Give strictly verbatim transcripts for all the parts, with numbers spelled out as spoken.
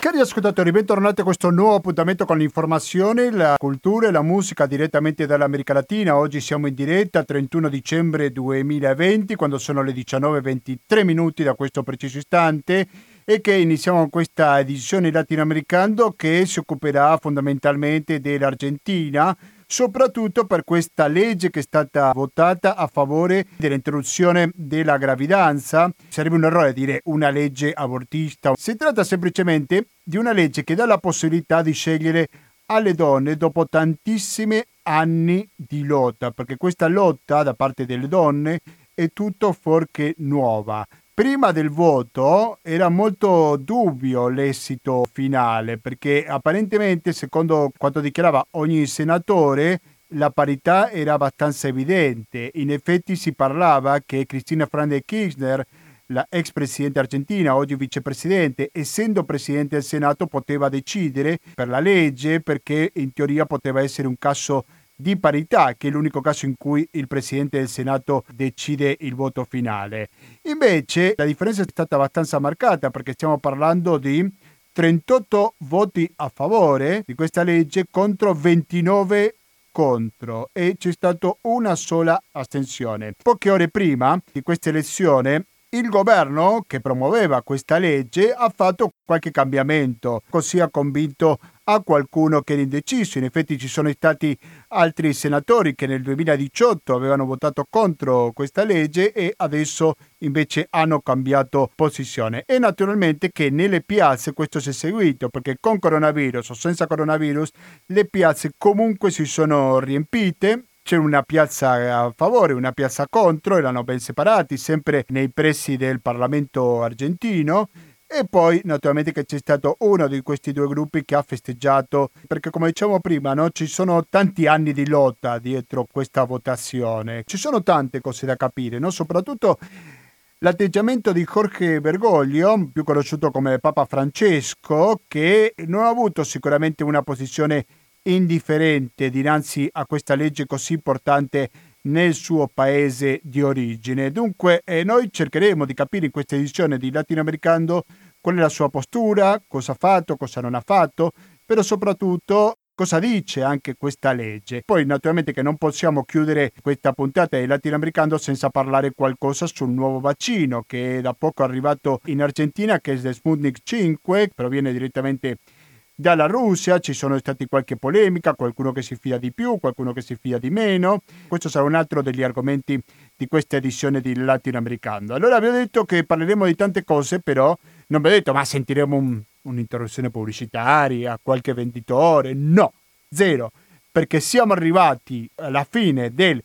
Cari ascoltatori, bentornati a questo nuovo appuntamento con l'informazione, la cultura e la musica direttamente dall'America Latina. Oggi siamo in diretta trentuno dicembre duemilaventi, quando sono le diciannove e ventitré minuti da questo preciso istante, e che iniziamo questa edizione latinoamericana che si occuperà fondamentalmente dell'Argentina, soprattutto per questa legge che è stata votata a favore dell'interruzione della gravidanza. Sarebbe un errore dire una legge abortista. Si tratta semplicemente di una legge che dà la possibilità di scegliere alle donne dopo tantissimi anni di lotta, perché questa lotta da parte delle donne è tutto fuorché nuova. Prima del voto era molto dubbio l'esito finale, perché apparentemente, secondo quanto dichiarava ogni senatore, la parità era abbastanza evidente. In effetti si parlava che Cristina Fernández de Kirchner, la ex presidente argentina, oggi vicepresidente, essendo presidente del Senato, poteva decidere per la legge, perché in teoria poteva essere un caso di parità, che è l'unico caso in cui il presidente del Senato decide il voto finale. Invece la differenza è stata abbastanza marcata, perché stiamo parlando di trentotto voti a favore di questa legge contro ventinove contro, e c'è stata una sola astensione. Poche ore prima di questa elezione il governo che promuoveva questa legge ha fatto qualche cambiamento, così ha convinto a qualcuno che era indeciso. In effetti ci sono stati altri senatori che nel duemiladiciotto avevano votato contro questa legge e adesso invece hanno cambiato posizione. E naturalmente che nelle piazze questo si è seguito, perché con coronavirus o senza coronavirus le piazze comunque si sono riempite. C'è una piazza a favore, una piazza contro, erano ben separati, sempre nei pressi del Parlamento argentino. E poi naturalmente che c'è stato uno di questi due gruppi che ha festeggiato, perché come dicevamo prima, no, ci sono tanti anni di lotta dietro questa votazione. Ci sono tante cose da capire, no? Soprattutto l'atteggiamento di Jorge Bergoglio, più conosciuto come Papa Francesco, che non ha avuto sicuramente una posizione indifferente dinanzi a questa legge così importante nel suo paese di origine. Dunque eh, noi cercheremo di capire in questa edizione di Latinoamericano qual è la sua postura, cosa ha fatto, cosa non ha fatto, però soprattutto cosa dice anche questa legge. Poi naturalmente che non possiamo chiudere questa puntata di Latinoamericano senza parlare qualcosa sul nuovo vaccino che è da poco arrivato in Argentina, che è il Sputnik cinque, proviene direttamente dalla Russia. Ci sono stati qualche polemica, qualcuno che si fida di più, qualcuno che si fida di meno. Questo sarà un altro degli argomenti di questa edizione di Latinoamericano. Allora vi ho detto che parleremo di tante cose, però non vi ho detto ma sentiremo un, un'interruzione pubblicitaria, qualche venditore. No, zero, perché siamo arrivati alla fine del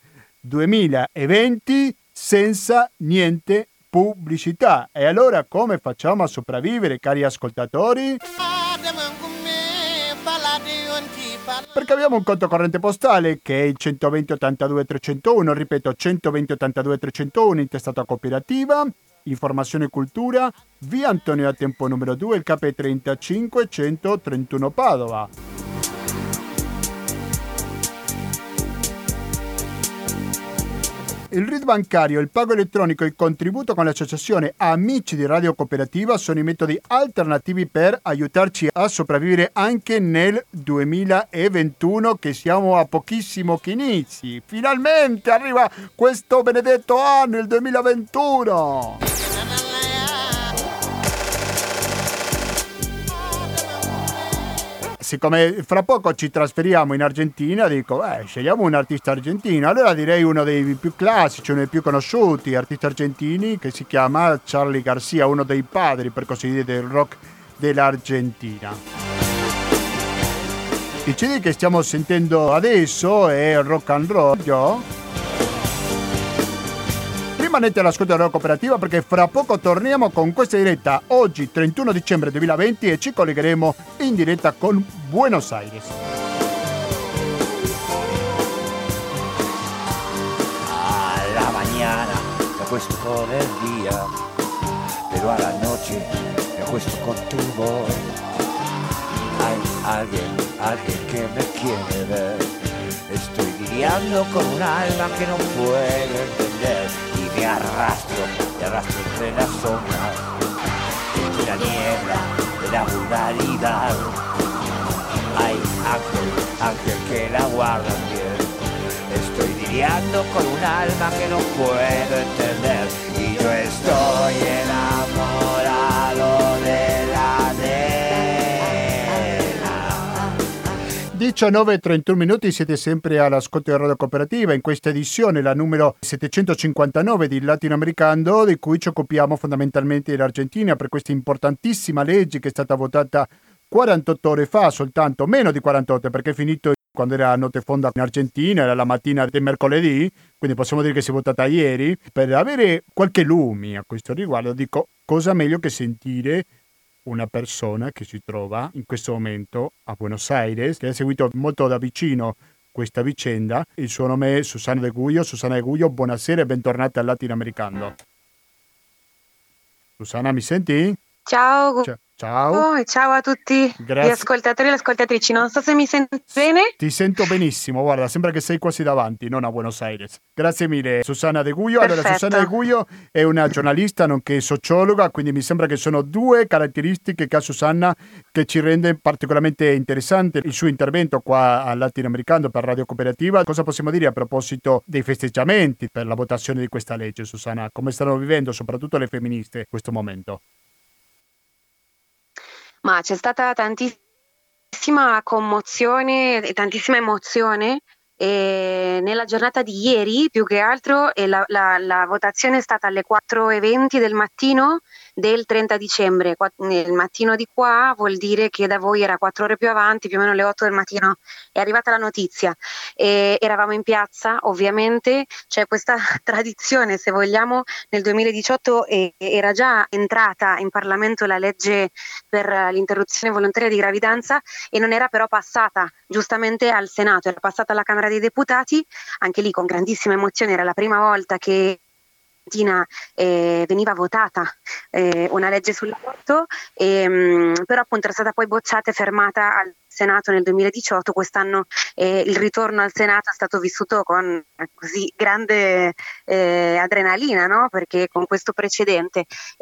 duemilaventi senza niente pubblicità. E allora come facciamo a sopravvivere, cari ascoltatori? Perché abbiamo un conto corrente postale che è il centoventi ottantadue trecentouno, ripeto centoventi ottantadue trecentouno, intestato a Cooperativa, Informazione e Cultura, via Antonio da Tempo numero due, il K trentacinque centotrentuno Padova. Il R I D bancario, il pago elettronico e il contributo con l'associazione Amici di Radio Cooperativa sono i metodi alternativi per aiutarci a sopravvivere anche nel duemilaventuno, che siamo a pochissimo che inizi. Finalmente arriva questo benedetto anno, il duemilaventuno! Siccome fra poco ci trasferiamo in Argentina, dico, eh, scegliamo un artista argentino. Allora direi uno dei più classici, uno dei più conosciuti artisti argentini, che si chiama Charly García, uno dei padri, per così dire, del rock dell'Argentina. Il C D che stiamo sentendo adesso è Rock and Roll, no? Rimanete all'ascolto della Cooperativa, perché fra poco torniamo con questa diretta oggi trentuno dicembre duemilaventi e ci collegheremo in diretta con Buenos Aires. Alla mañana me acuesto con el día, pero a la noche me acuesto con tu voz. Hay alguien, alguien que me quiere ver. Estoy lidiando con un alma que no puedo entender. Me arrastro, me arrastro entre las sombras, entre la niebla de la vulgaridad. Hay ángel, ángel que la guardan bien. Estoy lidiando con un alma que no puedo entender y yo estoy enamorado de la nena. diciannove e trentuno minuti, siete sempre all'ascolto di Radio Cooperativa, in questa edizione la numero settecentocinquantanove di Latinoamericano, di cui ci occupiamo fondamentalmente dell'Argentina per questa importantissima legge che è stata votata quarantotto ore fa, soltanto meno di quarantotto, perché è finito quando era notte fonda in Argentina, era la mattina del mercoledì, quindi possiamo dire che si è votata ieri. Per avere qualche lumi a questo riguardo dico, cosa meglio che sentire una persona che si trova in questo momento a Buenos Aires, che ha seguito molto da vicino questa vicenda. Il suo nome è Susana De Guglio. Susana De Guglio, buonasera e bentornata al Latinoamericano. Susana, mi senti? Ciao, Ciao. Ciao. Oh, e ciao a tutti Grazie. gli ascoltatori e le ascoltatrici. Non so se mi senti bene. Ti sento benissimo, guarda, sembra che sei quasi davanti, non a Buenos Aires. Grazie mille, Susana De Guglio. Allora, Perfetto. Susana De Guglio è una giornalista nonché sociologa, quindi mi sembra che sono due caratteristiche che ha Susana che ci rende particolarmente interessante il suo intervento qua al Latinoamericano per Radio Cooperativa. Cosa possiamo dire a proposito dei festeggiamenti per la votazione di questa legge, Susana? Come stanno vivendo soprattutto le femministe questo momento? Ma c'è stata tantissima commozione e tantissima emozione e nella giornata di ieri, più che altro, e la, la, la votazione è stata alle quattro e venti del mattino del trenta dicembre. Il mattino di qua vuol dire che da voi era quattro ore più avanti, più o meno le otto del mattino è arrivata la notizia. E eravamo in piazza, ovviamente c'è questa tradizione, se vogliamo. Nel duemiladiciotto eh, era già entrata in Parlamento la legge per l'interruzione volontaria di gravidanza e non era però passata giustamente al Senato, era passata alla Camera dei Deputati, anche lì con grandissima emozione. Era la prima volta che Eh, veniva votata eh, una legge sull'aborto, e, mh, però appunto era stata poi bocciata e fermata al Senato nel duemiladiciotto. Quest'anno eh, il ritorno al Senato è stato vissuto con eh, così grande eh, adrenalina, no? Perché con questo precedente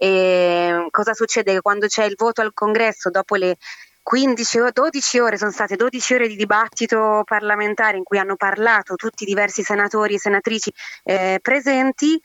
eh, cosa succede? Che quando c'è il voto al Congresso, dopo le quindici o dodici ore, sono state dodici ore di dibattito parlamentare in cui hanno parlato tutti i diversi senatori e senatrici eh, presenti,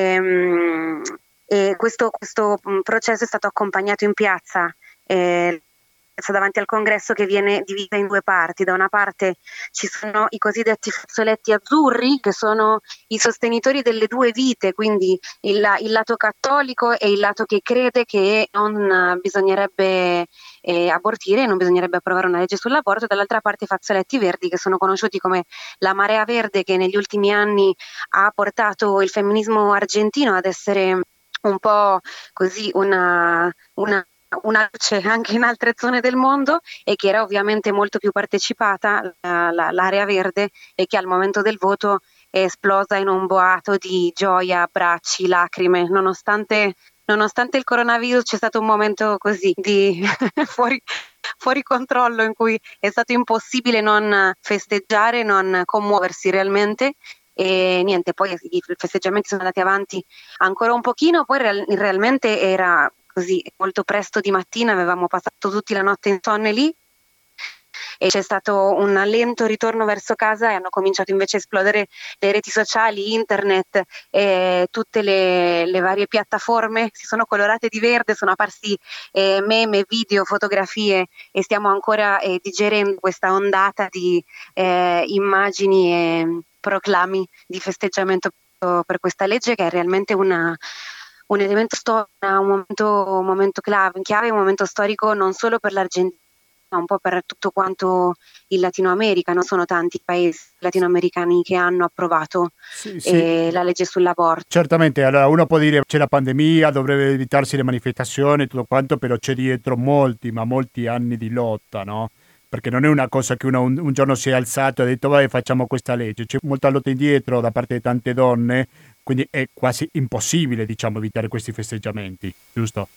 ehm, e questo, questo processo è stato accompagnato in piazza eh, davanti al Congresso, che viene divisa in due parti. Da una parte ci sono i cosiddetti fazzoletti azzurri, che sono i sostenitori delle due vite, quindi il, il lato cattolico e il lato che crede che non bisognerebbe eh, abortire, non bisognerebbe approvare una legge sull'aborto. Dall'altra parte i fazzoletti verdi, che sono conosciuti come la marea verde, che negli ultimi anni ha portato il femminismo argentino ad essere un po' così una, una una luce anche in altre zone del mondo, e che era ovviamente molto più partecipata la, la, l'area verde, e che al momento del voto è esplosa in un boato di gioia, abbracci, lacrime. Nonostante, nonostante il coronavirus, c'è stato un momento così di fuori, fuori controllo, in cui è stato impossibile non festeggiare, non commuoversi realmente. E niente, poi i festeggiamenti sono andati avanti ancora un pochino, poi real, realmente era così molto presto di mattina, avevamo passato tutti la notte insonne lì e c'è stato un lento ritorno verso casa, e hanno cominciato invece a esplodere le reti sociali, internet, e tutte le, le varie piattaforme si sono colorate di verde, sono apparsi eh, meme, video, fotografie, e stiamo ancora eh, digerendo questa ondata di eh, immagini e proclami di festeggiamento per questa legge, che è realmente una un elemento storico, un momento, un momento chiave, chiave, un momento storico non solo per l'Argentina, ma un po' per tutto quanto il Latino America. Non sono tanti i paesi latinoamericani che hanno approvato sì, sì. Eh, la legge sull'aborto. Certamente, allora uno può dire c'è la pandemia, dovrebbe evitarsi le manifestazioni e tutto quanto, però c'è dietro molti, ma molti anni di lotta, no? Perché non è una cosa che uno un, un giorno si è alzato e ha detto vai, facciamo questa legge. C'è molta lotta indietro da parte di tante donne, quindi è quasi impossibile, diciamo, evitare questi festeggiamenti, giusto?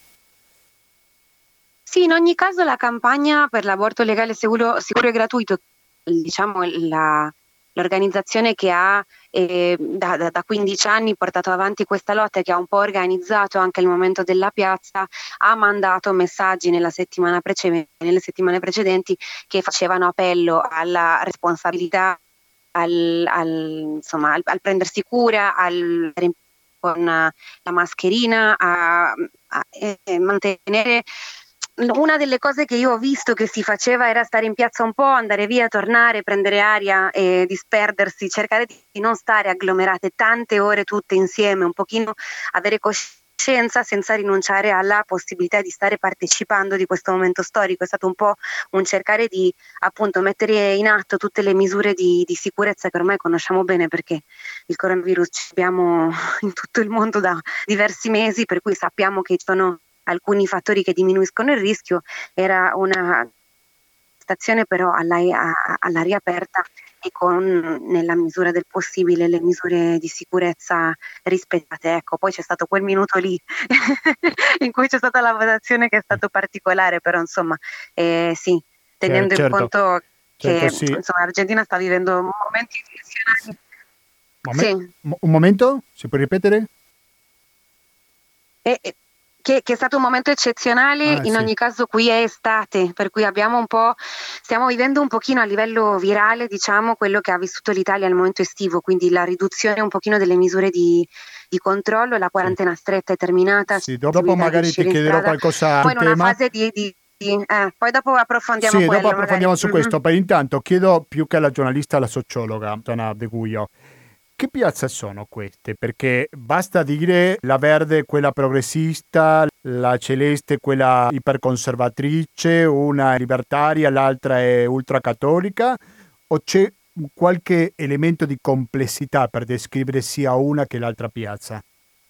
Sì, in ogni caso la campagna per l'aborto legale, sicuro, sicuro e gratuito, diciamo la, l'organizzazione che ha eh, da, da, da quindici anni portato avanti questa lotta e che ha un po' organizzato anche il momento della piazza, ha mandato messaggi nella settimana prece- nelle settimane precedenti che facevano appello alla responsabilità, al, al, insomma, al, al prendersi cura, al con la mascherina, a, a, a mantenere. Una delle cose che io ho visto che si faceva era stare in piazza un po', andare via, tornare, prendere aria e disperdersi, cercare di non stare agglomerate tante ore tutte insieme, un pochino avere coscienza senza rinunciare alla possibilità di stare partecipando di questo momento storico. È stato un po' un cercare di appunto mettere in atto tutte le misure di, di sicurezza che ormai conosciamo bene, perché il coronavirus ci abbiamo in tutto il mondo da diversi mesi, per cui sappiamo che ci sono alcuni fattori che diminuiscono il rischio. Era una stazione però all'aria, all'aria aperta e con, nella misura del possibile, le misure di sicurezza rispettate. Ecco, poi c'è stato quel minuto lì in cui c'è stata la votazione che è stato particolare, però insomma eh, sì, tenendo certo, in conto che certo, sì. insomma l'Argentina sta vivendo momenti eccezionali. Momen- sì. Un momento? Si può ripetere? E, e, Che, che è stato un momento eccezionale, Ah, in sì. ogni caso qui è estate, per cui abbiamo un po', stiamo vivendo un pochino a livello virale, diciamo, quello che ha vissuto l'Italia al momento estivo, quindi la riduzione un pochino delle misure di, di controllo, la quarantena stretta è terminata, Sì, dopo magari ti chiederò qualcosa poi sul in una tema. fase di... di eh, poi dopo approfondiamo Sì, quello, dopo approfondiamo magari. su Mm-hmm. questo, per intanto chiedo più che alla giornalista, alla sociologa, Tana De Guio. Che piazze sono queste? Perché basta dire la verde quella progressista, la celeste quella iperconservatrice, una è libertaria, l'altra è ultracattolica, o c'è qualche elemento di complessità per descrivere sia una che l'altra piazza?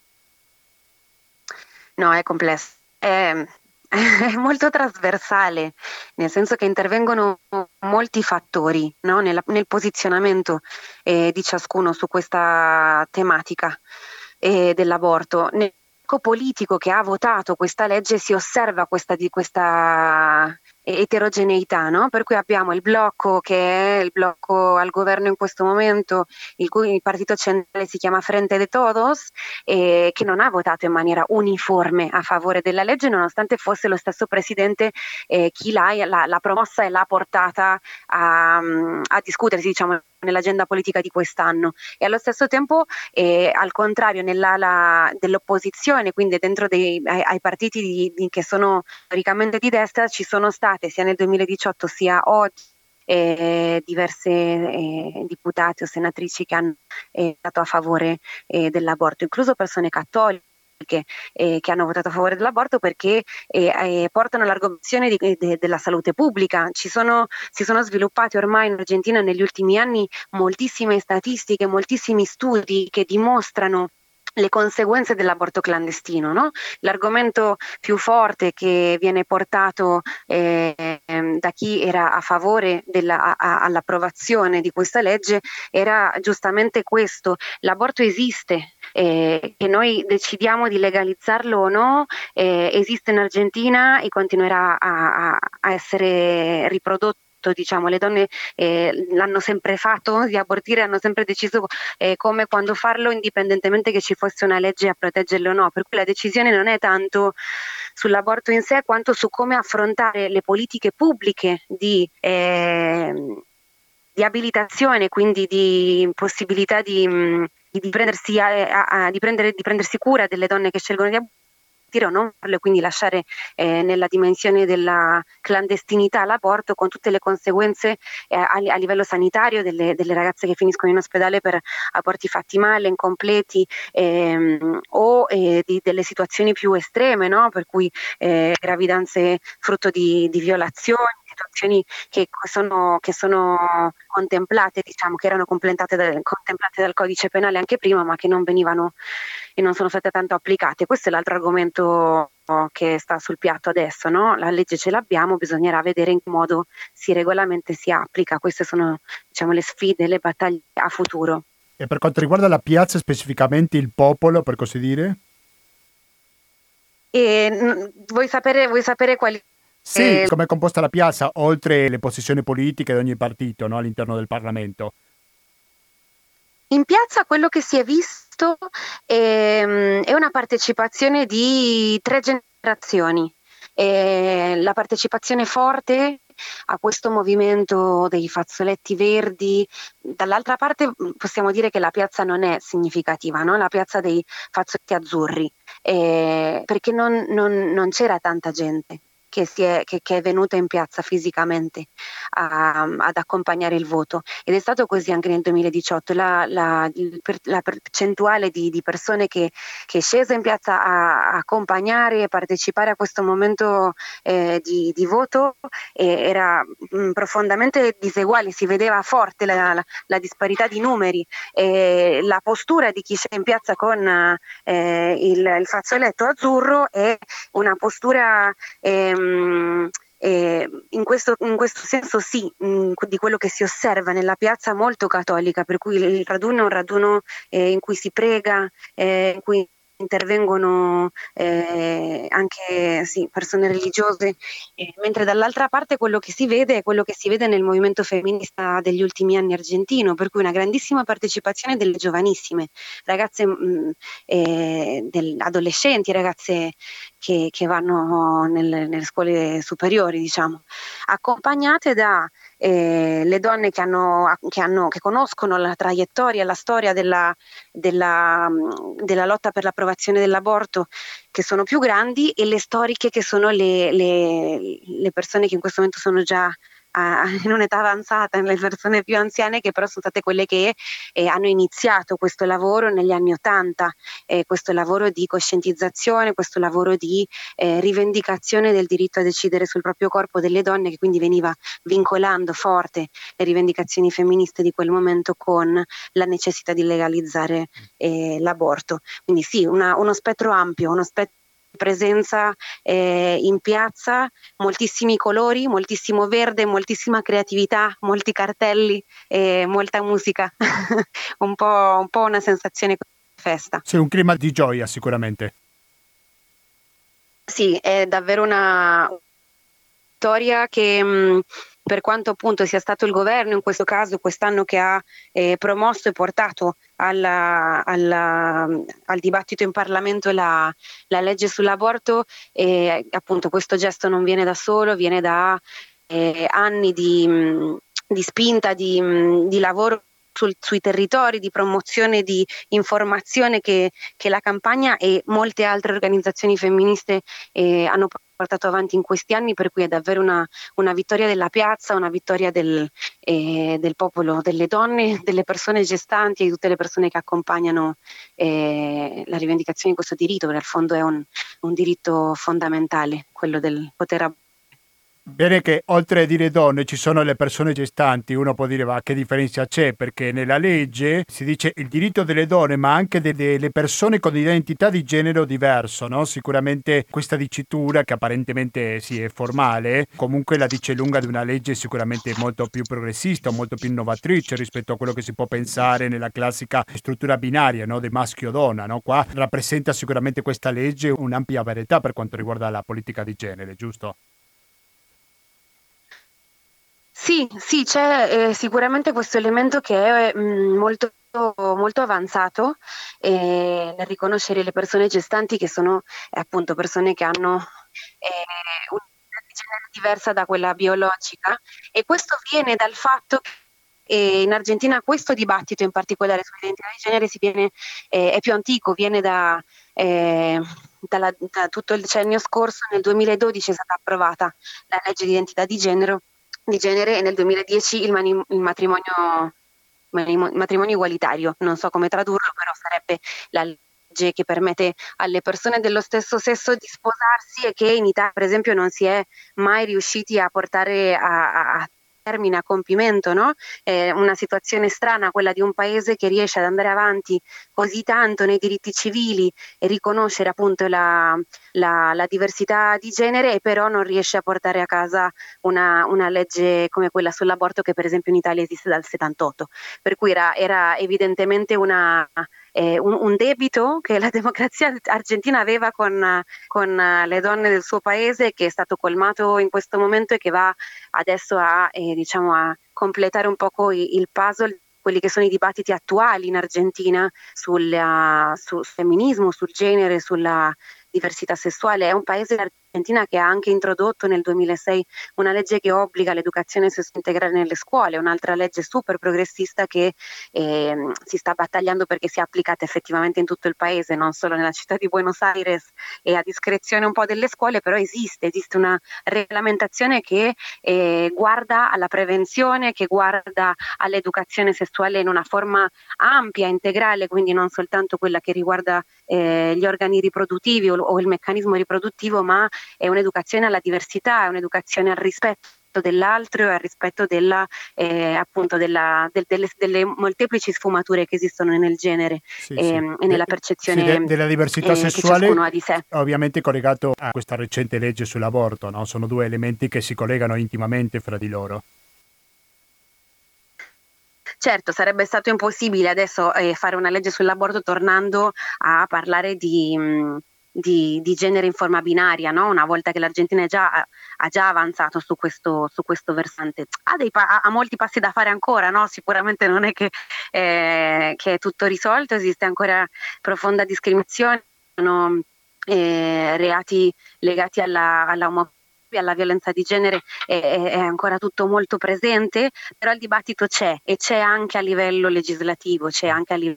No, è complesso. È, è molto trasversale, nel senso che intervengono molti fattori, no? Nella- nel posizionamento eh, di ciascuno su questa tematica eh, dell'aborto. Nel blocco politico che ha votato questa legge si osserva questa, di questa eterogeneità, no? Per cui abbiamo il blocco che è il blocco al governo in questo momento, il cui il partito centrale si chiama Frente de Todos, eh, che non ha votato in maniera uniforme a favore della legge, nonostante fosse lo stesso presidente eh, chi l'ha, l'ha, l'ha promossa e l'ha portata a, a discutersi, diciamo, nell'agenda politica di quest'anno. E allo stesso tempo, eh, al contrario, nell'ala dell'opposizione, quindi dentro dei, ai, ai partiti di, di, che sono storicamente di destra, ci sono state sia nel duemiladiciotto sia oggi eh, diverse eh, deputate o senatrici che hanno eh, votato a favore eh, dell'aborto, incluso persone cattoliche eh, che hanno votato a favore dell'aborto perché eh, eh, portano l'argomentazione di, de, della salute pubblica. Ci sono, si sono sviluppati ormai in Argentina negli ultimi anni moltissime statistiche, moltissimi studi che dimostrano le conseguenze dell'aborto clandestino, no? L'argomento più forte che viene portato eh, da chi era a favore della, a, all'approvazione di questa legge era giustamente questo: l'aborto esiste, eh, che noi decidiamo di legalizzarlo o no, eh, esiste in Argentina e continuerà a, a, a essere riprodotto. Diciamo, le donne eh, l'hanno sempre fatto di abortire, hanno sempre deciso eh, come, quando farlo, indipendentemente che ci fosse una legge a proteggerle o no. Per cui la decisione non è tanto sull'aborto in sé quanto su come affrontare le politiche pubbliche di, eh, di abilitazione, quindi di possibilità di, di, prendersi, a, a, di, prendere, di prendersi cura delle donne che scelgono di abortire o non farlo, e quindi lasciare eh, nella dimensione della clandestinità l'aborto, con tutte le conseguenze eh, a, a livello sanitario delle, delle ragazze che finiscono in ospedale per aborti fatti male, incompleti, ehm, o eh, di, delle situazioni più estreme, no? Per cui eh, gravidanze frutto di, di violazioni, situazioni che sono, che sono contemplate, diciamo, che erano contemplate dal, contemplate dal codice penale anche prima, ma che non venivano e non sono state tanto applicate. Questo è l'altro argomento che sta sul piatto adesso, no? La legge ce l'abbiamo, bisognerà vedere in che modo si regolamenta e si applica. Queste sono, diciamo, le sfide, le battaglie a futuro. E per quanto riguarda la piazza, specificamente il popolo, per così dire? E, vuoi sapere, vuoi sapere quali... Sì, eh, come è composta la piazza, oltre le posizioni politiche di ogni partito, no? All'interno del Parlamento. In piazza quello che si è visto è, è una partecipazione di tre generazioni. E la partecipazione forte a questo movimento dei fazzoletti verdi. Dall'altra parte possiamo dire che la piazza non è significativa, no? La piazza dei fazzoletti azzurri, eh, perché non, non, non c'era tanta gente che, si è, che, che è venuta in piazza fisicamente a, ad accompagnare il voto, ed è stato così anche nel duemiladiciotto. La, la, il, la percentuale di, di persone che, che è scesa in piazza a, a accompagnare e partecipare a questo momento eh, di, di voto eh, era mh, profondamente diseguale, si vedeva forte la, la, la disparità di numeri. Eh, la postura di chi c'è in piazza con eh, il, il fazzoletto azzurro è una postura ehm, Eh, in, questo, in questo senso sì, mh, di quello che si osserva nella piazza, molto cattolica, per cui il raduno è un raduno eh, in cui si prega, eh, in cui intervengono eh, anche sì, persone religiose, eh, mentre dall'altra parte quello che si vede è quello che si vede nel movimento femminista degli ultimi anni argentino, per cui una grandissima partecipazione delle giovanissime, ragazze mh, eh, del, adolescenti, ragazze che, che vanno nel, nelle scuole superiori, diciamo, accompagnate da eh, le donne che, hanno, che, hanno, che conoscono la traiettoria, la storia della, della, della lotta per l'approvazione dell'aborto, che sono più grandi, e le storiche, che sono le, le, le persone che in questo momento sono già a, in un'età avanzata, le persone più anziane, che però sono state quelle che eh, hanno iniziato questo lavoro negli anni Ottanta, eh, questo lavoro di coscientizzazione, questo lavoro di eh, rivendicazione del diritto a decidere sul proprio corpo delle donne, che quindi veniva vincolando forte le rivendicazioni femministe di quel momento con la necessità di legalizzare eh, l'aborto. Quindi sì, una, uno spettro ampio, uno spettro di presenza eh, in piazza, moltissimi colori, moltissimo verde, moltissima creatività, molti cartelli, eh, molta musica, un po', un po' una sensazione di festa. C'è un clima di gioia sicuramente. Sì, è davvero una storia che mh, per quanto appunto sia stato il governo in questo caso quest'anno che ha eh, promosso e portato alla, alla, al dibattito in Parlamento la, la legge sull'aborto, eh, appunto questo gesto non viene da solo, viene da eh, anni di, mh, di spinta, di, mh, di lavoro sul, sui territori, di promozione, di informazione che, che la campagna e molte altre organizzazioni femministe eh, hanno portato avanti in questi anni, per cui è davvero una, una vittoria della piazza, una vittoria del, eh, del popolo, delle donne, delle persone gestanti e di tutte le persone che accompagnano eh, la rivendicazione di questo diritto, perché al fondo è un, un diritto fondamentale, quello del poter abortare. Bene che oltre a dire donne ci sono le persone gestanti. Uno può dire ma che differenza c'è, perché nella legge si dice il diritto delle donne ma anche delle persone con identità di genere diverso, no? Sicuramente questa dicitura, che apparentemente sì è formale, comunque la dice lunga di una legge sicuramente molto più progressista, molto più innovatrice rispetto a quello che si può pensare nella classica struttura binaria, no? Di maschio o donna, no? Qua rappresenta sicuramente questa legge un'ampia varietà per quanto riguarda la politica di genere, giusto? Sì, sì, c'è eh, sicuramente questo elemento che è mh, molto, molto avanzato eh, nel riconoscere le persone gestanti, che sono eh, appunto persone che hanno eh, un'identità di genere diversa da quella biologica, e questo viene dal fatto che eh, in Argentina questo dibattito in particolare sull'identità di genere si viene, eh, è più antico, viene da, eh, dalla, da tutto il decennio scorso. Nel duemiladodici è stata approvata la legge di identità di genere di genere e nel duemiladieci il, mani- il matrimonio, mani- matrimonio igualitario, non so come tradurlo, però sarebbe la legge che permette alle persone dello stesso sesso di sposarsi, e che in Italia per esempio non si è mai riusciti a portare a, a termine, a compimento, no? È una situazione strana quella di un paese che riesce ad andare avanti così tanto nei diritti civili e riconoscere appunto la, la, la diversità di genere, e però non riesce a portare a casa una, una legge come quella sull'aborto, che per esempio in Italia esiste dal settantotto, per cui era, era evidentemente una, eh, un, un debito che la democrazia argentina aveva con, con le donne del suo paese, che è stato colmato in questo momento e che va adesso a, eh, diciamo, a completare un poco il puzzle quelli che sono i dibattiti attuali in Argentina sulla, sul femminismo, sul genere, sulla diversità sessuale. È un paese, l'Argentina, che ha anche introdotto nel duemilasei una legge che obbliga l'educazione sessuale integrale nelle scuole, un'altra legge super progressista che eh, si sta battagliando perché sia applicata effettivamente in tutto il paese, non solo nella città di Buenos Aires e a discrezione un po' delle scuole, però esiste, esiste una regolamentazione che eh, guarda alla prevenzione, che guarda all'educazione sessuale in una forma ampia, integrale, quindi non soltanto quella che riguarda eh, gli organi riproduttivi o, o il meccanismo riproduttivo, ma è un'educazione alla diversità, è un'educazione al rispetto dell'altro e al rispetto della, eh, appunto della, del, delle, delle molteplici sfumature che esistono nel genere Sì, e, sì. e nella percezione sì, de- della diversità eh, che sessuale, ciascuno ha di sé. ovviamente collegato a questa recente legge sull'aborto, no? Sono due elementi che si collegano intimamente fra di loro. Certo, sarebbe stato impossibile adesso eh, fare una legge sull'aborto tornando a parlare di, mh, di, di genere in forma binaria, no? Una volta che l'Argentina è già, ha già avanzato su questo, su questo versante. Ha, dei pa- ha molti passi da fare ancora, no? Sicuramente non è che, eh, che è tutto risolto, esiste ancora profonda discriminazione, sono eh, reati legati alla, alla omofobia, alla violenza di genere, è, è ancora tutto molto presente, però il dibattito c'è e c'è anche a livello legislativo, c'è anche a livello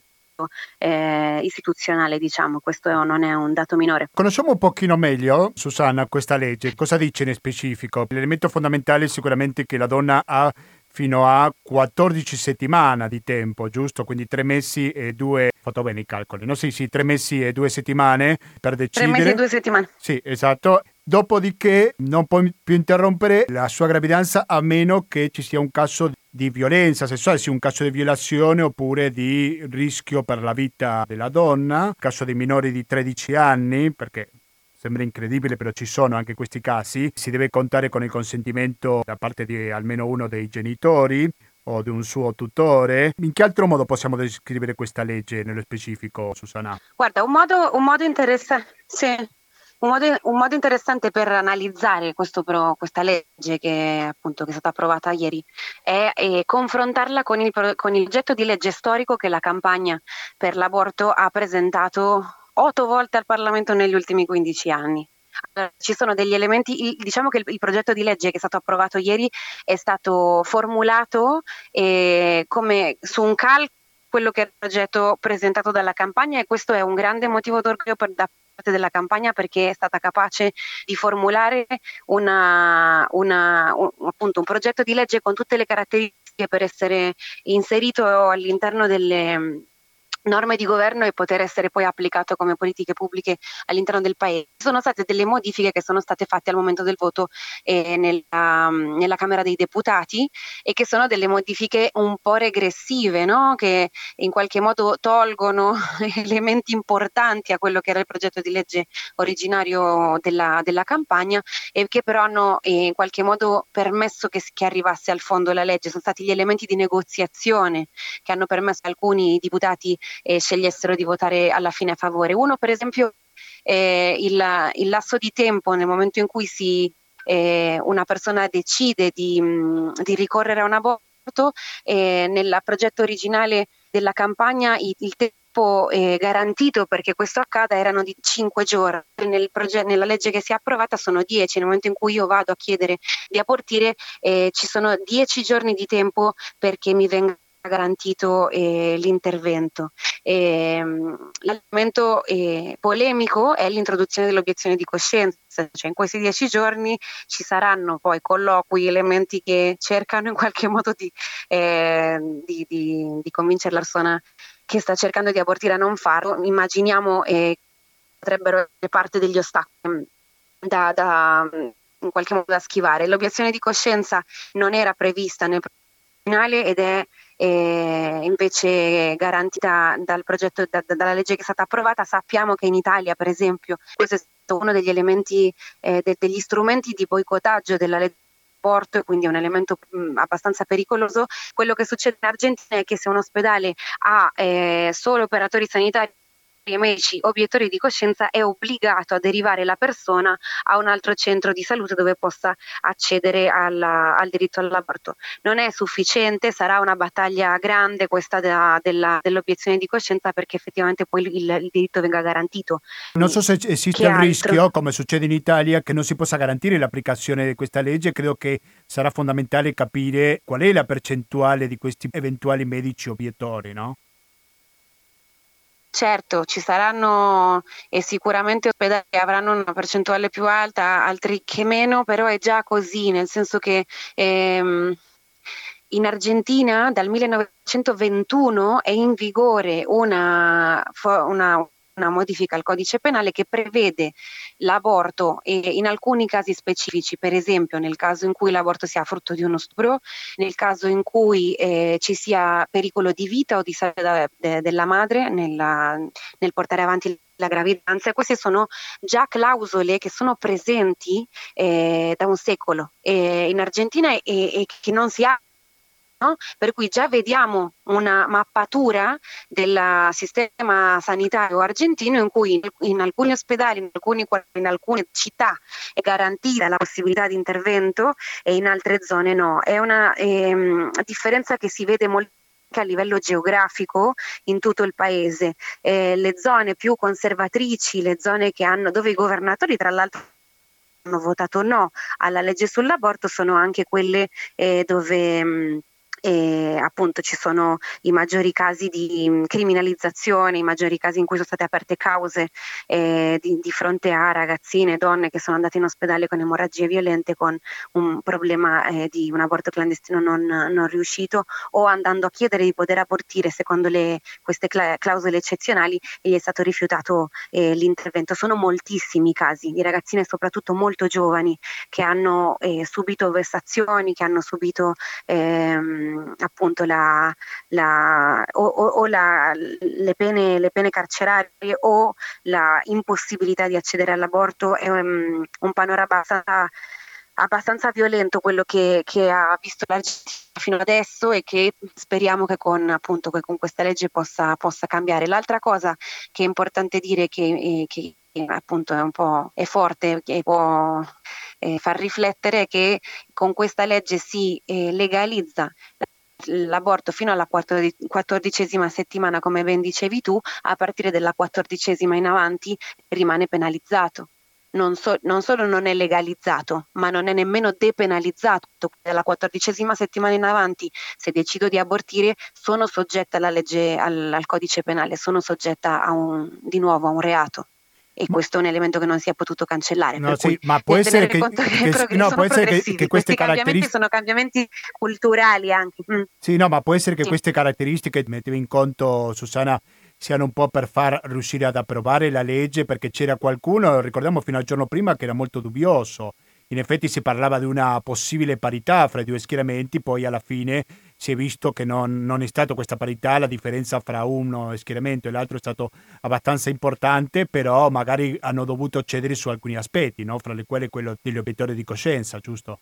eh, istituzionale, diciamo, questo non è un dato minore. Conosciamo un pochino meglio, Susanna, questa legge. Cosa dice in specifico? L'elemento fondamentale è sicuramente che la donna ha fino a quattordici settimane di tempo, giusto? Quindi tre mesi e due, ho fatto bene i calcoli, no? Sì, sì, tre mesi e due settimane per decidere. Tre mesi e due settimane. Sì, esatto. Dopodiché non può più interrompere la sua gravidanza a meno che ci sia un caso di violenza sessuale, sia un caso di violazione oppure di rischio per la vita della donna, caso di minori di tredici anni, perché sembra incredibile, però ci sono anche questi casi. Si deve contare con il consentimento da parte di almeno uno dei genitori o di un suo tutore. In che altro modo possiamo descrivere questa legge nello specifico, Susanna? Guarda, un modo, un modo interessante, sì. Un modo, un modo interessante per analizzare questo pro, questa legge che appunto che è stata approvata ieri è, è confrontarla con il, con il progetto di legge storico che la campagna per l'aborto ha presentato otto volte al Parlamento negli ultimi quindici anni. Allora, ci sono degli elementi, diciamo che il, il progetto di legge che è stato approvato ieri è stato formulato eh, come su un calcolo quello che è il progetto presentato dalla campagna, e questo è un grande motivo d'orgoglio per, da parte della campagna, perché è stata capace di formulare una, una, un, appunto un progetto di legge con tutte le caratteristiche per essere inserito all'interno delle norme di governo e poter essere poi applicato come politiche pubbliche all'interno del paese. Ci sono state delle modifiche che sono state fatte al momento del voto eh, nella, nella Camera dei Deputati, e che sono delle modifiche un po' regressive, no? Che in qualche modo tolgono elementi importanti a quello che era il progetto di legge originario della, della campagna, e che però hanno eh, in qualche modo permesso che, che arrivasse al fondo la legge. Sono stati gli elementi di negoziazione che hanno permesso a alcuni deputati e scegliessero di votare alla fine a favore. Uno, per esempio, eh, il, il lasso di tempo nel momento in cui si, eh, una persona decide di, mh, di ricorrere a un aborto, eh, nel progetto originale della campagna il, il tempo eh, garantito perché questo accada erano di cinque giorni. Nel proge- nella legge che si è approvata sono dieci. Nel momento in cui io vado a chiedere di abortire eh, ci sono dieci giorni di tempo perché mi venga garantito eh, l'intervento. Eh, l'argomento eh, polemico è l'introduzione dell'obiezione di coscienza, cioè in questi dieci giorni ci saranno poi colloqui, elementi che cercano in qualche modo di, eh, di, di, di convincere la persona che sta cercando di abortire a non farlo. Immaginiamo eh, potrebbero essere parte degli ostacoli da, da in qualche modo da schivare. L'obiezione di coscienza non era prevista nel finale ed è eh, invece garantita dal progetto, da, da, dalla legge che è stata approvata. Sappiamo che in Italia, per esempio, questo è stato uno degli elementi, eh, de, degli strumenti di boicottaggio della legge aborto, e quindi è un elemento mh, abbastanza pericoloso. Quello che succede in Argentina è che se un ospedale ha eh, solo operatori sanitari ai medici obiettori di coscienza è obbligato a derivare la persona a un altro centro di salute dove possa accedere alla, al diritto all'aborto. Non è sufficiente, sarà una battaglia grande questa della, della, dell'obiezione di coscienza, perché effettivamente poi il, il diritto venga garantito. Non so se esiste Che il altro? rischio, come succede in Italia, che non si possa garantire l'applicazione di questa legge. Credo che sarà fondamentale capire qual è la percentuale di questi eventuali medici obiettori, no? Certo, ci saranno e sicuramente ospedali che avranno una percentuale più alta, altri che meno, però è già così, nel senso che ehm, in Argentina dal millenovecentoventuno è in vigore una, una, una modifica al codice penale che prevede l'aborto e in alcuni casi specifici, per esempio nel caso in cui l'aborto sia frutto di uno stupro, nel caso in cui eh, ci sia pericolo di vita o di salute de- della madre nella, nel portare avanti la gravidanza. Queste sono già clausole che sono presenti eh, da un secolo eh, in Argentina e, e che non si ha. No? Per cui già vediamo una mappatura del sistema sanitario argentino in cui in, in alcuni ospedali, in, alcuni, in alcune città è garantita la possibilità di intervento e in altre zone no. È una ehm, differenza che si vede molto a livello geografico in tutto il paese. Eh, le zone più conservatrici, le zone che hanno, dove i governatori tra l'altro hanno votato no alla legge sull'aborto, sono anche quelle eh, dove mh, e appunto ci sono i maggiori casi di criminalizzazione, i maggiori casi in cui sono state aperte cause eh, di, di fronte a ragazzine e donne che sono andate in ospedale con emorragie violente, con un problema eh, di un aborto clandestino non, non riuscito, o andando a chiedere di poter abortire secondo le, queste cla- clausole eccezionali e gli è stato rifiutato eh, l'intervento. Sono moltissimi i casi di ragazzine, soprattutto molto giovani, che hanno eh, subito vessazioni, che hanno subito ehm, appunto la, la, o, o, o la, le, pene, le pene carcerarie o la impossibilità di accedere all'aborto. È um, un panorama abbastanza, abbastanza violento quello che, che ha visto l'Argentina fino adesso e che speriamo che con, appunto, che con questa legge possa, possa cambiare. L'altra cosa che è importante dire che, eh, che appunto è un po' è forte e può eh, far riflettere che con questa legge si eh, legalizza l'aborto fino alla quattordicesima settimana, come ben dicevi tu. A partire dalla quattordicesima in avanti rimane penalizzato. Non, so, non solo non è legalizzato, ma non è nemmeno depenalizzato. Dalla quattordicesima settimana in avanti, se decido di abortire, sono soggetta alla legge, al, al codice penale, sono soggetta a un, di nuovo a un reato. E Ma, questo è un elemento che non si è potuto cancellare, no, per sì, cui ma può bisogna essere tenere che, conto che, che, progr- no, sono può essere che, che progressivi. queste Questi cambiamenti caratteristiche sono cambiamenti culturali anche. Mm. Sì, no, ma può essere che Sì. queste caratteristiche, mettevi in conto, Susanna, siano un po' per far riuscire ad approvare la legge, perché c'era qualcuno, ricordiamo fino al giorno prima, che era molto dubbioso. In effetti si parlava di una possibile parità fra i due schieramenti, poi alla fine si è visto che non, non è stata questa parità, la differenza fra uno schieramento e l'altro è stato abbastanza importante, però magari hanno dovuto cedere su alcuni aspetti, no? Fra le quali quello degli obiettori di coscienza, giusto?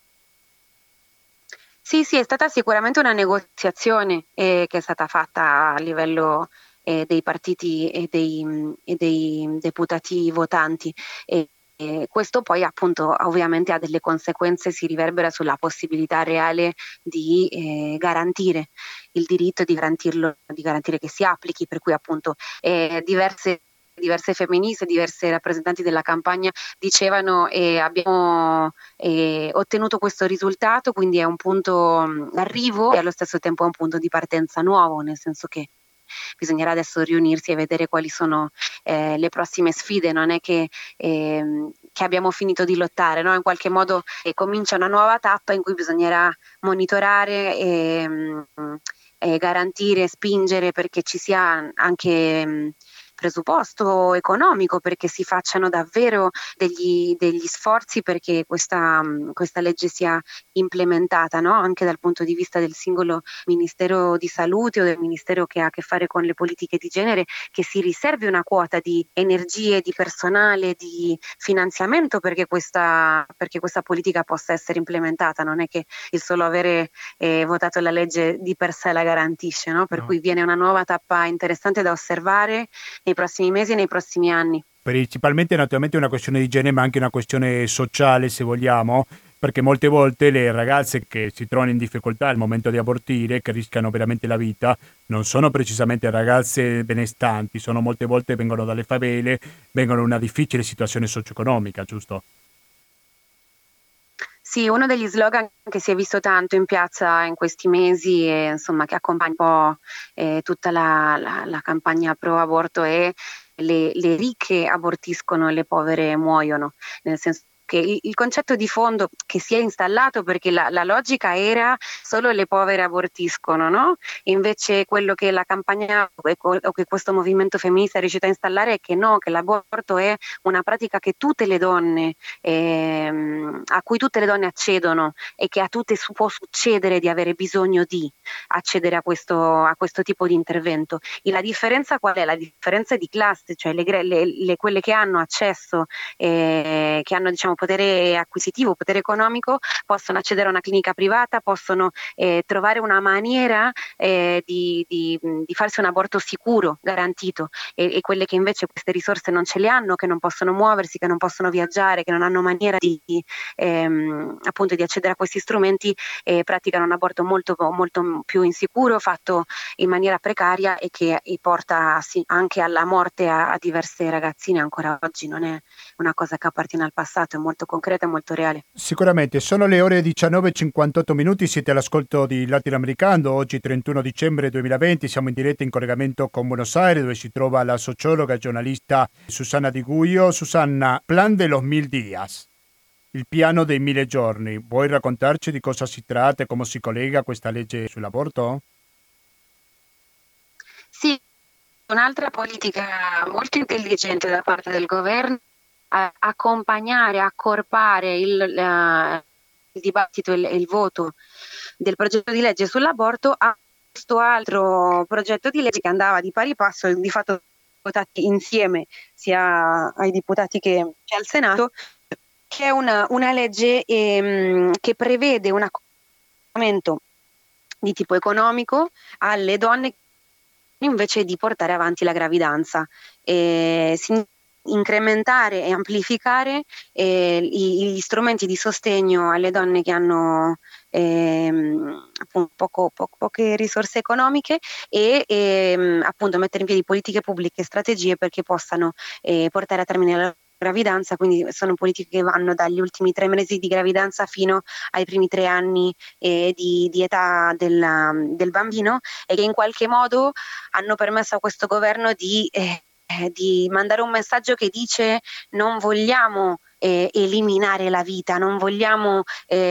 Sì, sì, è stata sicuramente una negoziazione eh, che è stata fatta a livello eh, dei partiti e dei, mh, e dei deputati votanti. E, e questo poi appunto ovviamente ha delle conseguenze, si riverbera sulla possibilità reale di eh, garantire il diritto, di garantirlo, di garantire che si applichi, per cui appunto eh, diverse diverse femministe, diverse rappresentanti della campagna dicevano eh, abbiamo eh, ottenuto questo risultato, quindi è un punto mh, d'arrivo e allo stesso tempo è un punto di partenza nuovo, nel senso che bisognerà adesso riunirsi e vedere quali sono eh, le prossime sfide. Non è che, ehm, che abbiamo finito di lottare, no? In qualche modo eh, comincia una nuova tappa in cui bisognerà monitorare e, mh, e garantire, spingere perché ci sia anche mh, presupposto economico, perché si facciano davvero degli, degli sforzi perché questa, questa legge sia implementata, no? Anche dal punto di vista del singolo Ministero di Salute o del Ministero che ha a che fare con le politiche di genere, che si riservi una quota di energie, di personale, di finanziamento perché questa, perché questa politica possa essere implementata. Non è che il solo avere eh, votato la legge di per sé la garantisce, no? Per No. cui viene una nuova tappa interessante da osservare nei prossimi mesi e nei prossimi anni. Principalmente naturalmente una questione di genere, ma anche una questione sociale, se vogliamo, perché molte volte le ragazze che si trovano in difficoltà al momento di abortire, che rischiano veramente la vita, non sono precisamente ragazze benestanti, sono molte volte vengono dalle favele, vengono da una difficile situazione socio-economica, giusto? Sì, uno degli slogan che si è visto tanto in piazza in questi mesi e insomma che accompagna un po' eh, tutta la, la- la campagna pro aborto è le, le ricche abortiscono e le povere muoiono, nel senso che il, il concetto di fondo che si è installato, perché la, la logica era solo le povere abortiscono, no? Invece quello che la campagna o que- o che questo movimento femminista è riuscito a installare è che no, che l'aborto è una pratica che tutte le donne ehm, a cui tutte le donne accedono e che a tutte su- può succedere di avere bisogno di accedere a questo, a questo tipo di intervento. E la differenza qual è? La differenza è di classe, cioè le, gre- le- le- quelle che hanno accesso, eh, che hanno diciamo, potere acquisitivo, potere economico, possono accedere a una clinica privata, possono eh, trovare una maniera eh, di, di- di farsi un aborto sicuro, garantito, e, e quelle che invece queste risorse non ce le hanno, che non possono muoversi, che non possono viaggiare, che non hanno maniera di, ehm, appunto di accedere a questi strumenti, eh, praticano un aborto molto, molto più insicuro, fatto in maniera precaria e che e porta sì, anche alla morte a, a diverse ragazzine ancora oggi. Non è una cosa che appartiene al passato, è molto concreta e molto reale. Sicuramente, sono le ore diciannove e cinquantotto minuti, siete all'ascolto di Latinoamericano, oggi trentuno dicembre duemilaventi, siamo in diretta in collegamento con Buenos Aires dove si trova la sociologa e giornalista Susana Di Guio. Susanna, Plan de los Mil Días, il piano dei mille giorni, vuoi raccontarci di cosa si tratta e come si collega questa legge sull'aborto? Sì, un'altra politica molto intelligente da parte del governo a accompagnare, accorpare il, la- il dibattito e il, e il voto del progetto di legge sull'aborto a questo altro progetto di legge che andava di pari passo, di fatto votati insieme sia ai deputati che, che al Senato, che è una, una legge ehm, che prevede un accompagnamento di tipo economico alle donne invece di portare avanti la gravidanza, e si- incrementare e amplificare eh, i- gli strumenti di sostegno alle donne che hanno ehm, appunto poco- po- poche risorse economiche e ehm, appunto mettere in piedi politiche pubbliche e strategie perché possano eh, portare a termine la gravidanza, quindi sono politiche che vanno dagli ultimi tre mesi di gravidanza fino ai primi tre anni eh, di, di età della- del bambino, e che in qualche modo hanno permesso a questo governo di, eh, eh, di mandare un messaggio che dice: non vogliamo eh, eliminare la vita, non vogliamo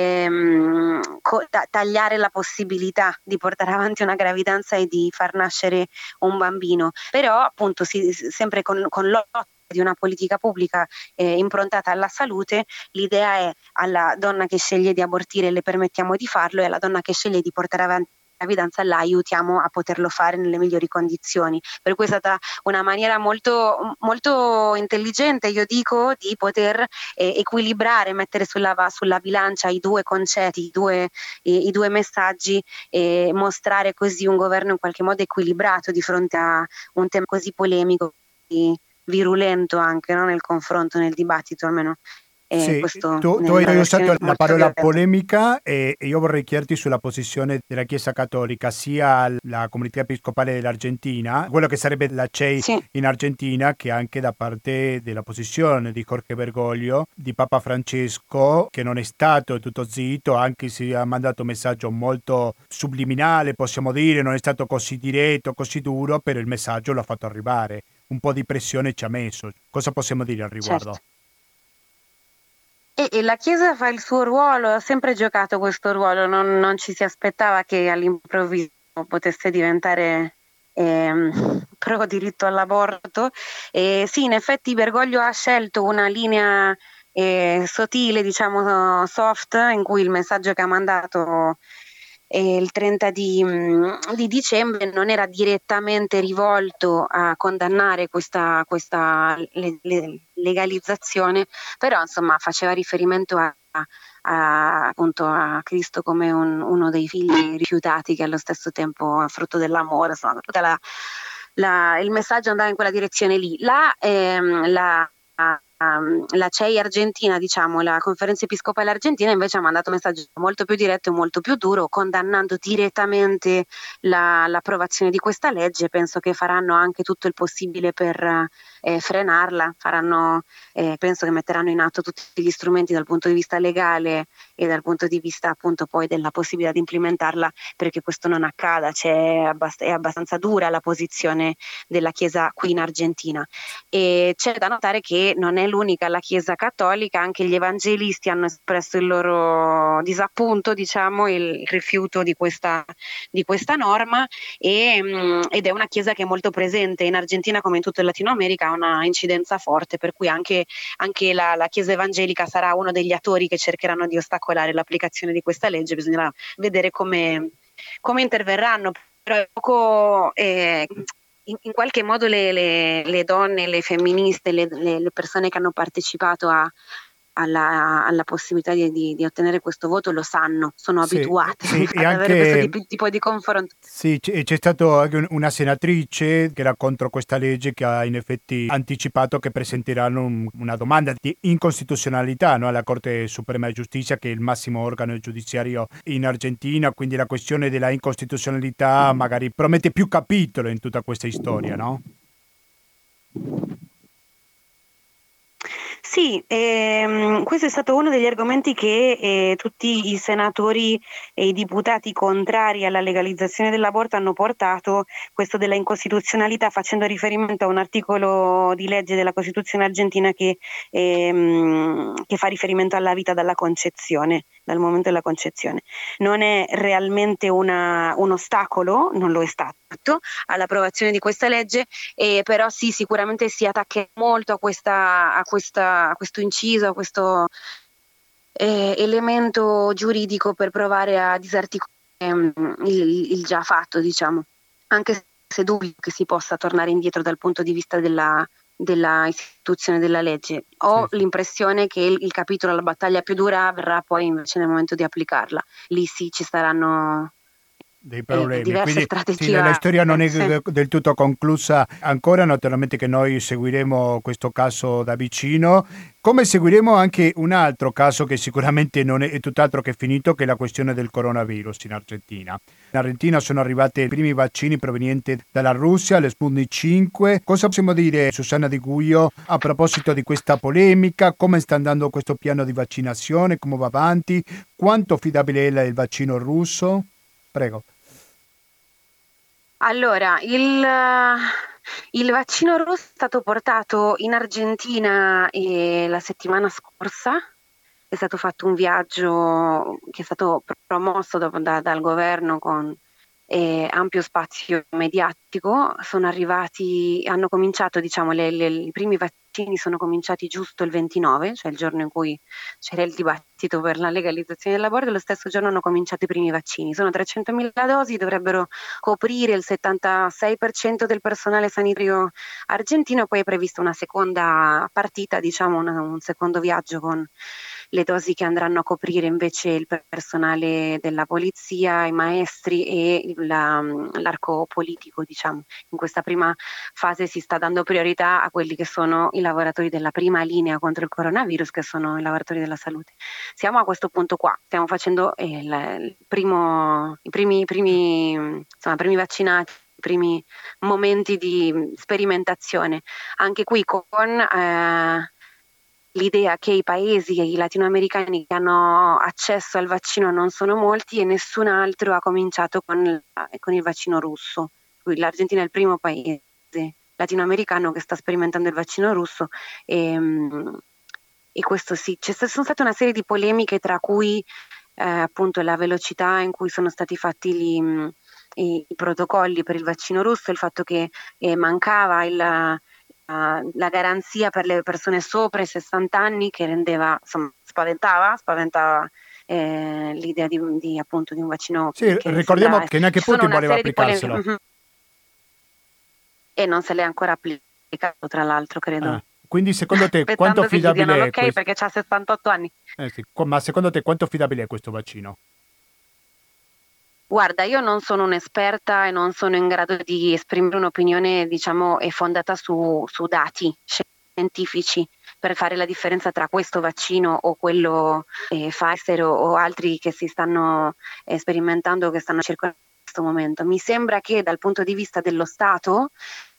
ehm, co- ta- tagliare la possibilità di portare avanti una gravidanza e di far nascere un bambino, però appunto si, sempre con, con l'otto di una politica pubblica eh, improntata alla salute. L'idea è: alla donna che sceglie di abortire le permettiamo di farlo, e alla donna che sceglie di portare avanti la gravidanza la aiutiamo a poterlo fare nelle migliori condizioni. Per cui è stata una maniera molto, molto intelligente, io dico, di poter eh, equilibrare, mettere sulla, sulla bilancia i due concetti, i due, i, i due messaggi, e mostrare così un governo in qualche modo equilibrato di fronte a un tema così polemico, virulento anche, no? Nel confronto, nel dibattito, almeno eh, Sì, questo tu, tu nella hai usato versione la molto parola violenta. polemica e e io vorrei chiederti sulla posizione della Chiesa Cattolica, sia la comunità episcopale dell'Argentina, quello che sarebbe la C E I Sì. in Argentina, che anche da parte della posizione di Jorge Bergoglio, di Papa Francesco, che non è stato tutto zitto, anche se ha mandato un messaggio molto subliminale, possiamo dire, non è stato così diretto, così duro, però il messaggio l'ha fatto arrivare. Un po' di pressione ci ha messo. Cosa possiamo dire al riguardo? Certo. E, e la Chiesa fa il suo ruolo, ha sempre giocato questo ruolo, non, non ci si aspettava che all'improvviso potesse diventare ehm, pro diritto all'aborto. E sì, in effetti Bergoglio ha scelto una linea eh, sottile, diciamo soft, in cui il messaggio che ha mandato eh, il trenta di, mh, di dicembre non era direttamente rivolto a condannare questa, questa le- le- legalizzazione, però insomma faceva riferimento a, a- appunto a Cristo come un- uno dei figli rifiutati, che allo stesso tempo è frutto dell'amore, insomma, tutta la, la, il messaggio andava in quella direzione lì. La, ehm, la, um, la C E I argentina, diciamo, la conferenza episcopale argentina invece ha mandato un messaggio molto più diretto e molto più duro, condannando direttamente la, l'approvazione di questa legge. Penso che faranno anche tutto il possibile per eh, frenarla, faranno, eh, penso che metteranno in atto tutti gli strumenti dal punto di vista legale e dal punto di vista appunto poi della possibilità di implementarla perché questo non accada. C'è abbast- è abbastanza dura la posizione della Chiesa qui in Argentina, e c'è da notare che non è l'unica la Chiesa cattolica, anche gli evangelisti hanno espresso il loro disappunto, diciamo, il rifiuto di questa, di questa norma, e, mh, ed è una Chiesa che è molto presente in Argentina come in tutta Latino America, ha una incidenza forte, per cui anche, anche la, la Chiesa evangelica sarà uno degli attori che cercheranno di ostacolare l'applicazione di questa legge. Bisognerà vedere come, come interverranno, però è poco... Eh, In, in qualche modo le, le, le donne, le femministe, le, le, le persone che hanno partecipato a, alla, alla possibilità di, di, di ottenere questo voto lo sanno, sono Sì, abituate sì, e ad avere questo anche tipo, tipo di confronto. sì, c- c'è stato anche un- una senatrice che era contro questa legge che ha in effetti anticipato che presenteranno un- una domanda di incostituzionalità, no, alla Corte Suprema di Giustizia, che è il massimo organo giudiziario in Argentina, quindi la questione della incostituzionalità magari promette più capitolo in tutta questa storia, no? Sì, ehm, questo è stato uno degli argomenti che eh, tutti i senatori e i deputati contrari alla legalizzazione dell'aborto hanno portato, questo della incostituzionalità, facendo riferimento a un articolo di legge della Costituzione argentina che, ehm, che fa riferimento alla vita dalla concezione, dal momento della concezione. Non è realmente una, un ostacolo, non lo è stato, all'approvazione di questa legge, eh, però sì, sicuramente si attacca molto a questa, a questa a questo inciso, a questo eh, elemento giuridico per provare a disarticolare ehm, il, il già fatto, diciamo, anche se dubito che si possa tornare indietro dal punto di vista della, della istituzione della legge. Ho Sì, sì. l'impressione che il, il capitolo, la battaglia più dura avverrà poi invece nel momento di applicarla. Lì sì ci saranno Dei eh, problemi. diverse Quindi sì, la, strategie la storia non varie, è sì. del tutto conclusa ancora, naturalmente che noi seguiremo questo caso da vicino, come seguiremo anche un altro caso che sicuramente non è, è tutt'altro che finito, che è la questione del coronavirus in Argentina. In Argentina sono arrivati i primi vaccini provenienti dalla Russia, le Sputnik cinque. Cosa possiamo dire, Susanna Di Guio, a proposito di questa polemica? Come sta andando questo piano di vaccinazione? Come va avanti? Quanto affidabile è il vaccino russo? Prego. Allora, il, il vaccino russo è stato portato in Argentina eh, la settimana scorsa. È stato fatto un viaggio che è stato promosso da- da- dal governo con eh, ampio spazio mediatico. Sono arrivati, hanno cominciato, diciamo, le- le- i primi vaccini sono cominciati giusto il ventinove, cioè il giorno in cui c'era il dibattito per la legalizzazione dell'aborto. Lo stesso giorno hanno cominciato i primi vaccini. Sono trecentomila dosi, dovrebbero coprire il settantasei per cento del personale sanitario argentino. Poi è prevista una seconda partita, diciamo, una- un secondo viaggio con le dosi che andranno a coprire invece il personale della polizia, i maestri e il- la- l'arco politico, diciamo. In questa prima fase si sta dando priorità a quelli che sono i lavoratori della prima linea contro il coronavirus, che sono i lavoratori della salute. Siamo a questo punto qua, stiamo facendo eh, il, il primo, i primi, primi, insomma, primi vaccinati, i primi momenti di sperimentazione. Anche qui con eh, l'idea che i paesi i latinoamericani che hanno accesso al vaccino non sono molti e nessun altro ha cominciato con, con il vaccino russo. L'Argentina è il primo paese latinoamericano che sta sperimentando il vaccino russo, e, e questo sì, c'è, sono state una serie di polemiche, tra cui eh, appunto la velocità in cui sono stati fatti gli, i, i protocolli per il vaccino russo, il fatto che eh, mancava il, uh, la garanzia per le persone sopra i sessanta anni, che rendeva, insomma, spaventava, spaventava eh, l'idea di, di, appunto, di un vaccino Sì, che ricordiamo sembra... che neanche Ci sono Putin una voleva serie di polemiche. applicarselo. Mm-hmm. E non se l'è ancora applicato, tra l'altro, credo. Ah, quindi secondo te quanto Aspettando che gli diano affidabile è l'ok questo? perché ha sessantotto anni. Eh sì, co- ma secondo te quanto affidabile è questo vaccino? Guarda, io non sono un'esperta e non sono in grado di esprimere un'opinione, diciamo, eh, fondata su, su dati scientifici per fare la differenza tra questo vaccino o quello eh, Pfizer o, o altri che si stanno eh, sperimentando, che stanno circolando in questo momento. Mi sembra che dal punto di vista dello Stato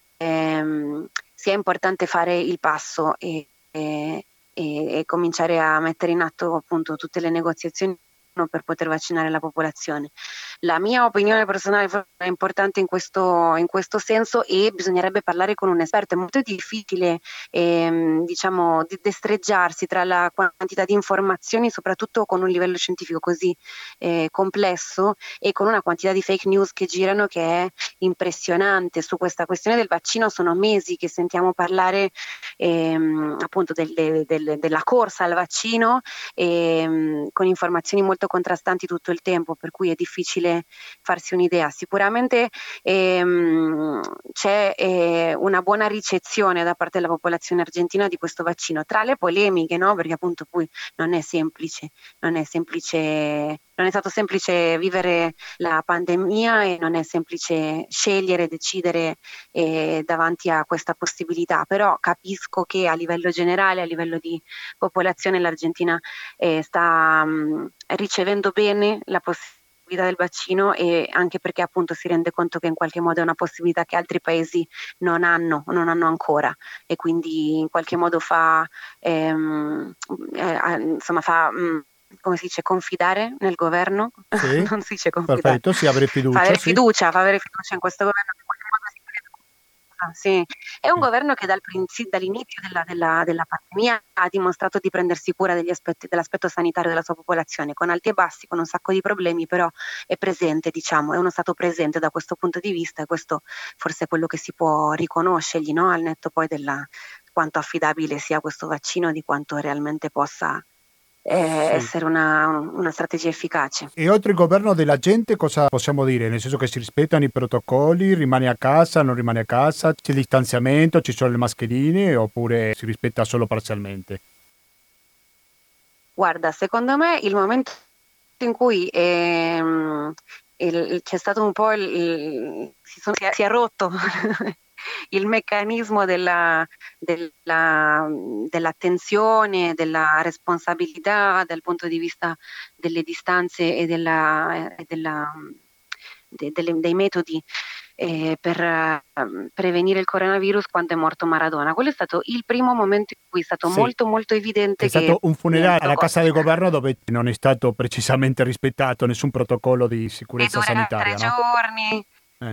ehm, sia importante fare il passo e, e, e, e cominciare a mettere in atto appunto tutte le negoziazioni per poter vaccinare la popolazione. La mia opinione personale è importante in questo, in questo senso e bisognerebbe parlare con un esperto. È molto difficile ehm, diciamo, destreggiarsi tra la quantità di informazioni, soprattutto con un livello scientifico così eh, complesso e con una quantità di fake news che girano che è impressionante. Su questa questione del vaccino sono mesi che sentiamo parlare ehm, appunto del, del, del, della corsa al vaccino ehm, con informazioni molto contrastanti tutto il tempo, per cui è difficile farsi un'idea. Sicuramente ehm, c'è eh, una buona ricezione da parte della popolazione argentina di questo vaccino, tra le polemiche, no? Perché appunto poi non è semplice, non è semplice, non è stato semplice vivere la pandemia e non è semplice scegliere, decidere eh, davanti a questa possibilità, però capisco che a livello generale, a livello di popolazione, l'Argentina eh, sta mh, ricevendo bene la possibilità del vaccino e anche perché appunto si rende conto che in qualche modo è una possibilità che altri paesi non hanno, non hanno ancora e quindi in qualche modo fa, ehm, eh, insomma fa, mh, come si dice, confidare nel governo? Sì, Non si dice confidare, perfetto, sì, avere fa fiducia, avere sì. fiducia, fa avere fiducia in questo governo che in qualche modo si crede. Ah, sì. È un governo che dal princi- dall'inizio della, della- della pandemia ha dimostrato di prendersi cura degli aspetti, dell'aspetto sanitario della sua popolazione, con alti e bassi, con un sacco di problemi, però è presente, diciamo, è uno stato presente da questo punto di vista e questo forse è quello che si può riconoscergli, no? Al netto poi della quanto affidabile sia questo vaccino, di quanto realmente possa eh, Sì. essere una, una strategia efficace. E oltre il governo della gente cosa possiamo dire? Nel senso che si rispettano i protocolli, rimane a casa, non rimane a casa, c'è il distanziamento, ci sono le mascherine oppure si rispetta solo parzialmente? Guarda, secondo me il momento in cui ehm, il- c'è stato un po' il, il- si, sono- si è, si è rotto il meccanismo della, della- dell'attenzione, della responsabilità dal punto di vista delle distanze e della, e della- de- delle- dei metodi eh, per eh, prevenire il coronavirus quando è morto Maradona. Quello è stato il primo momento in cui è stato Sì, molto molto c'è evidente che stato un funerale niente, alla casa del governo dove non è stato precisamente rispettato nessun protocollo di e sicurezza durerà tre sanitaria, no? giorni. Eh,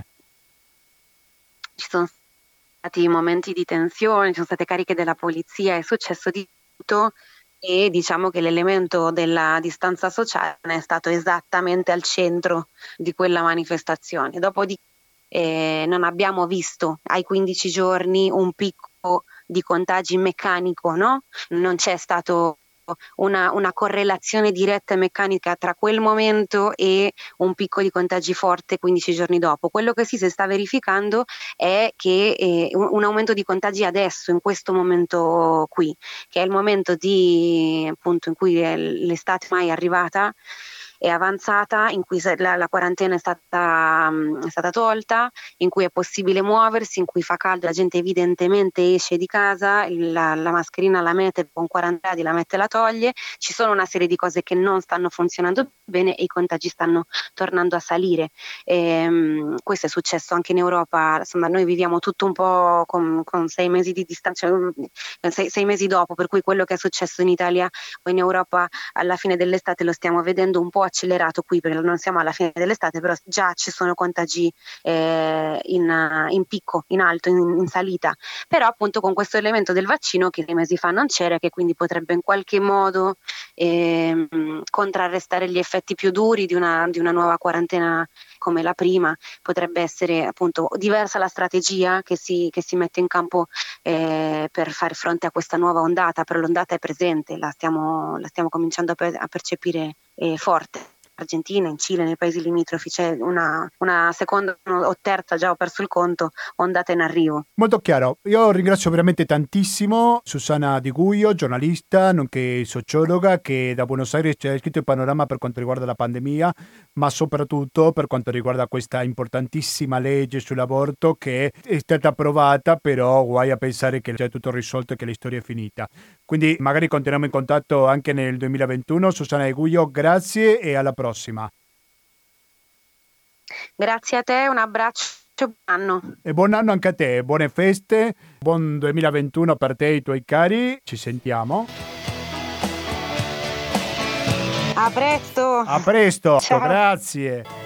Ci sono stati momenti di tensione, ci sono state cariche della polizia, è successo di tutto e diciamo che l'elemento della distanza sociale è stato esattamente al centro di quella manifestazione. Dopodiché eh, non abbiamo visto ai quindici giorni un picco di contagi meccanico, no? Non c'è stato una, una correlazione diretta e meccanica tra quel momento e un picco di contagi forte quindici giorni dopo. Quello che sì si sta verificando è che eh, un, un aumento di contagi adesso, in questo momento qui, che è il momento di, appunto, in cui è l'estate mai è arrivata, è avanzata, in cui la, la quarantena è stata, um, è stata tolta, in cui è possibile muoversi, in cui fa caldo, la gente evidentemente esce di casa, la, la mascherina la mette con quaranta gradi, la mette e la toglie, ci sono una serie di cose che non stanno funzionando bene e i contagi stanno tornando a salire. E, um, questo è successo anche in Europa, insomma noi viviamo tutto un po' con, con sei mesi di distanza, cioè, sei, sei mesi dopo, per cui quello che è successo in Italia o in Europa alla fine dell'estate lo stiamo vedendo un po' accelerato qui perché non siamo alla fine dell'estate, però già ci sono contagi eh, in, in picco, in alto, in, in salita, però appunto con questo elemento del vaccino che nei mesi fa non c'era, che quindi potrebbe in qualche modo ehm, contrarrestare gli effetti più duri di una, di una nuova quarantena come la prima, potrebbe essere appunto diversa la strategia che si, che si mette in campo eh, per fare fronte a questa nuova ondata, però l'ondata è presente, la stiamo, la stiamo cominciando a, per, a percepire eh, forte. Argentina, in Cile, nei paesi limitrofi, c'è una, una seconda o terza, già ho perso il conto, ondata in arrivo. Molto chiaro. Io ringrazio veramente tantissimo Susana Di Guio, giornalista, nonché sociologa, che da Buenos Aires ci ha scritto il panorama per quanto riguarda la pandemia, ma soprattutto per quanto riguarda questa importantissima legge sull'aborto che è stata approvata, però guai a pensare che c'è tutto risolto e che la storia è finita. Quindi magari continuiamo in contatto anche nel duemilaventuno. Susana Di Guio, grazie e alla prossima. Grazie a te, un abbraccio, buon anno. E buon anno anche a te, buone feste, buon duemilaventuno per te e i tuoi cari. Ci sentiamo. A presto. A presto, ciao. Grazie.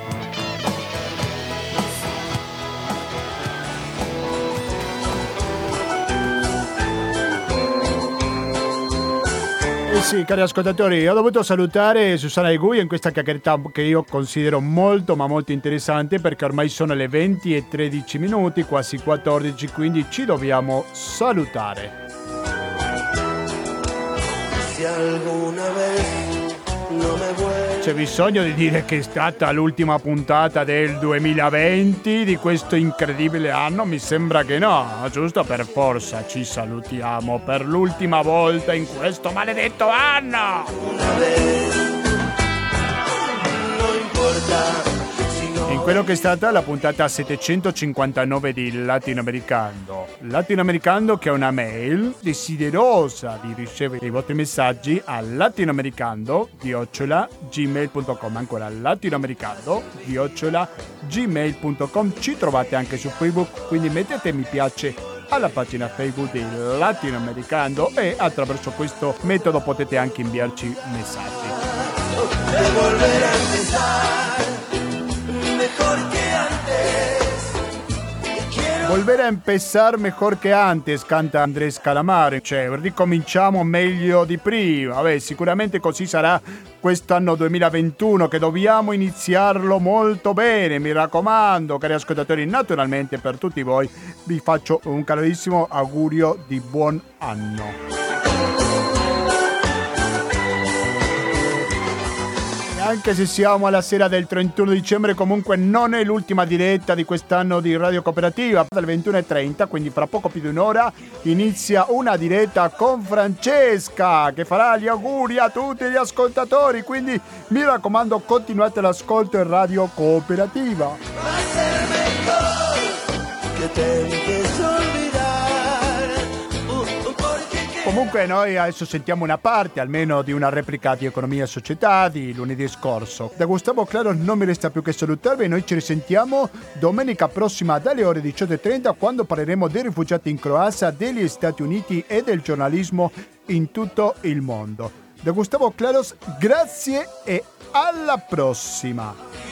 Eh sì, cari ascoltatori, ho dovuto salutare Susana Di Guio in questa chiacchierata che io considero molto ma molto interessante, perché ormai sono le venti e tredici minuti, quasi quattordici, quindi ci dobbiamo salutare. Se alguna vez no me vuoi... C'è bisogno di dire che è stata l'ultima puntata del duemilaventi di questo incredibile anno? Mi sembra che no, giusto? Per forza ci salutiamo per l'ultima volta in questo maledetto anno! Una vez, non importa. In quello che è stata la puntata settecentocinquantanove di Latinoamericano. Latinoamericano che è una mail desiderosa di ricevere i vostri messaggi a latinoamericano chiocciola gmail punto com. Ancora latinoamericano chiocciola gmail punto com. Ci trovate anche su Facebook, quindi mettete mi piace alla pagina Facebook di Latinoamericano e attraverso questo metodo potete anche inviarci messaggi. Volver a empezar mejor que antes, canta Andrés Calamaro. Cioè, ricominciamo meglio di prima. Vabbè, sicuramente così sarà quest'anno duemilaventuno, che dobbiamo iniziarlo molto bene, mi raccomando, cari ascoltatori. Naturalmente per tutti voi vi faccio un calorissimo augurio di buon anno. Anche se siamo alla sera del trentuno dicembre, comunque non è l'ultima diretta di quest'anno di Radio Cooperativa. Dalle ventuno e trenta, quindi fra poco più di un'ora, inizia una diretta con Francesca, che farà gli auguri a tutti gli ascoltatori. Quindi mi raccomando, continuate l'ascolto in Radio Cooperativa. Comunque noi adesso sentiamo una parte, almeno di una replica di Economia e Società di lunedì scorso. Da Gustavo Claro non mi resta più che salutarvi. Noi ci risentiamo domenica prossima dalle ore diciotto e trenta, quando parleremo dei rifugiati in Croazia, degli Stati Uniti e del giornalismo in tutto il mondo. Da Gustavo Claros, grazie e alla prossima!